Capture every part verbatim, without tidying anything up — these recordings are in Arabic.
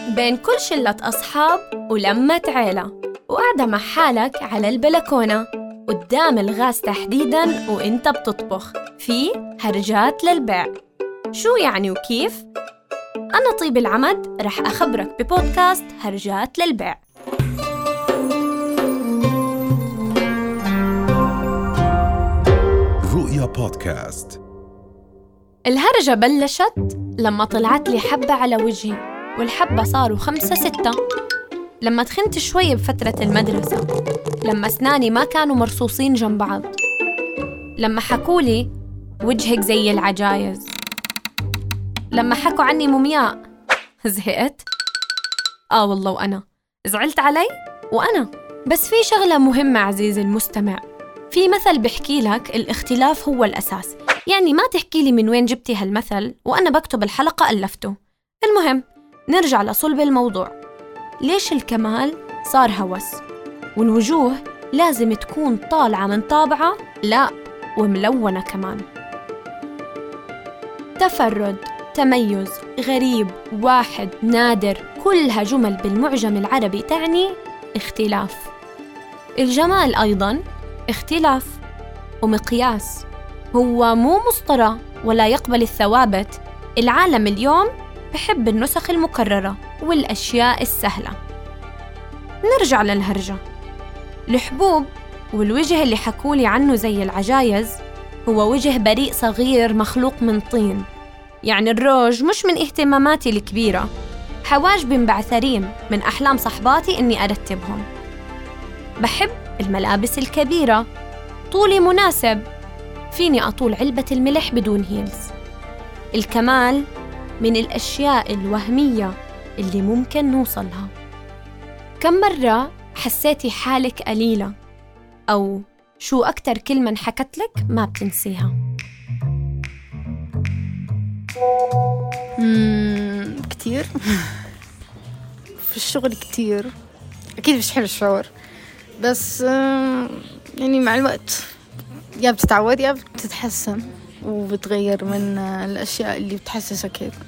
بين كل شلة أصحاب ولمة عيلة، وقاعدة مع حالك على البلكونة قدام الغاز تحديداً وإنت بتطبخ في هرجات للبيع. شو يعني وكيف؟ أنا طيب العمد رح أخبرك ببودكاست هرجات للبيع. رؤيا بودكاست. الهرجة بلشت لما طلعت لي حبة على وجهي، والحبة صاروا خمسة ستة. لما تخنت شوي بفترة المدرسة، لما أسناني ما كانوا مرصوصين جنب بعض، لما حكولي وجهك زي العجايز، لما حكوا عني مومياء. زهقت؟ آه والله وأنا زعلت علي وأنا. بس في شغلة مهمة عزيزي المستمع، في مثل بحكي لك الاختلاف هو الأساس. يعني ما تحكي لي من وين جبتي هالمثل وأنا بكتب الحلقة ألفته. المهم نرجع لصلب الموضوع. ليش الكمال صار هوس؟ والوجوه لازم تكون طالعة من طابعة؟ لا، وملونة كمان. تفرد، تميز، غريب، واحد، نادر، كلها جمل بالمعجم العربي تعني اختلاف. الجمال أيضاً اختلاف ومقياس، هو مو مسطرة ولا يقبل الثوابت. العالم اليوم بحب النسخ المكررة والأشياء السهلة. نرجع للهرجة. الحبوب والوجه اللي حكولي عنه زي العجايز هو وجه بريء صغير مخلوق من طين. يعني الروج مش من اهتماماتي الكبيرة، حواجبي مبعثرين من أحلام صحباتي إني أرتبهم. بحب الملابس الكبيرة، طولي مناسب، فيني أطول علبة الملح بدون هيلز. الكمال من الأشياء الوهمية اللي ممكن نوصلها. كم مرة حسيتي حالك قليلة؟ أو شو أكتر كلمة انحكت لك ما بتنسيها؟ مم، كتير. في الشغل كتير. أكيد مش حلو الشعور، بس يعني مع الوقت يا بتتعود يا بتتحسن وبتغير من الأشياء اللي بتحسسك هيك.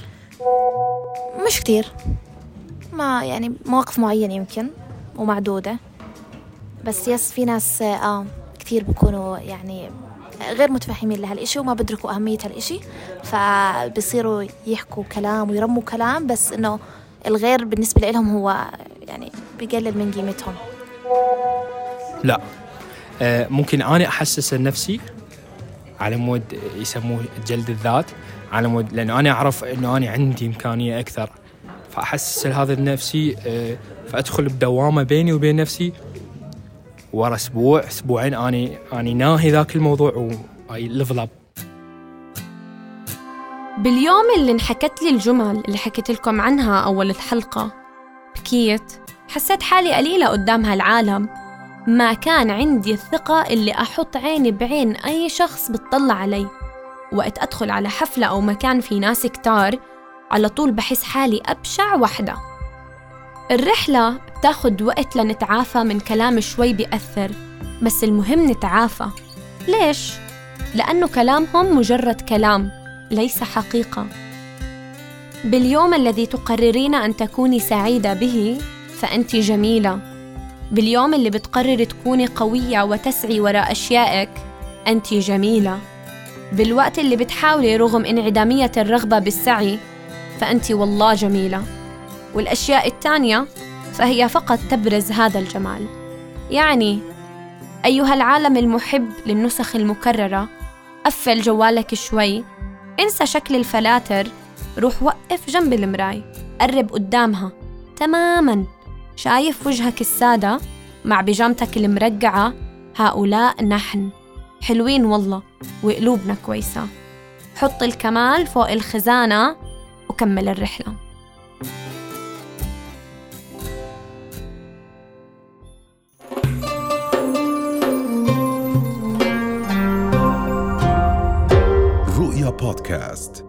مش كتير، ما يعني مواقف معينة يمكن ومعدودة، بس يس في ناس آه كتير بيكونوا يعني غير متفهمين لهالإشي وما بدركوا أهمية هالإشي، فبصيروا يحكوا كلام ويرموا كلام، بس إنه الغير بالنسبة لهم هو يعني بيقلل من قيمتهم. لا، آه ممكن أنا أحسس نفسي على مود يسموه جلد الذات، على مود لأنه أنا أعرف إنه أنا عندي إمكانية أكثر، فأحسس هذا النفسي، آه فأدخل بدوامة بيني وبين نفسي. ورا أسبوع أسبوعين أنا أنا ناهي ذاك الموضوع وأي ليفل أب. باليوم اللي انحكت لي الجمل اللي حكيت لكم عنها أول الحلقة، بكيت، حسيت حالي قليلة قدام هالعالم. ما كان عندي الثقة اللي أحط عيني بعين أي شخص بتطلع علي. وقت أدخل على حفلة أو مكان في ناس كتار، على طول بحس حالي أبشع وحدة. الرحلة بتاخد وقت لنتعافى من كلام شوي بيأثر، بس المهم نتعافى. ليش؟ لأنه كلامهم مجرد كلام ليس حقيقة. باليوم الذي تقررين أن تكوني سعيدة به فأنت جميلة. باليوم اللي بتقرر تكوني قوية وتسعي وراء أشيائك أنت جميلة. بالوقت اللي بتحاولي رغم انعدامية الرغبة بالسعي فأنت والله جميلة. والأشياء التانية فهي فقط تبرز هذا الجمال. يعني أيها العالم المحب للنسخ المكررة، قفل جوالك شوي، انسى شكل الفلاتر، روح وقف جنب المراي، قرب قدامها تماماً. شايف وجهك السادة مع بيجامتك المرقعة؟ هؤلاء نحن، حلوين والله وقلوبنا كويسة. حط الكمال فوق الخزانة وكمل الرحلة. رؤيا بودكاست.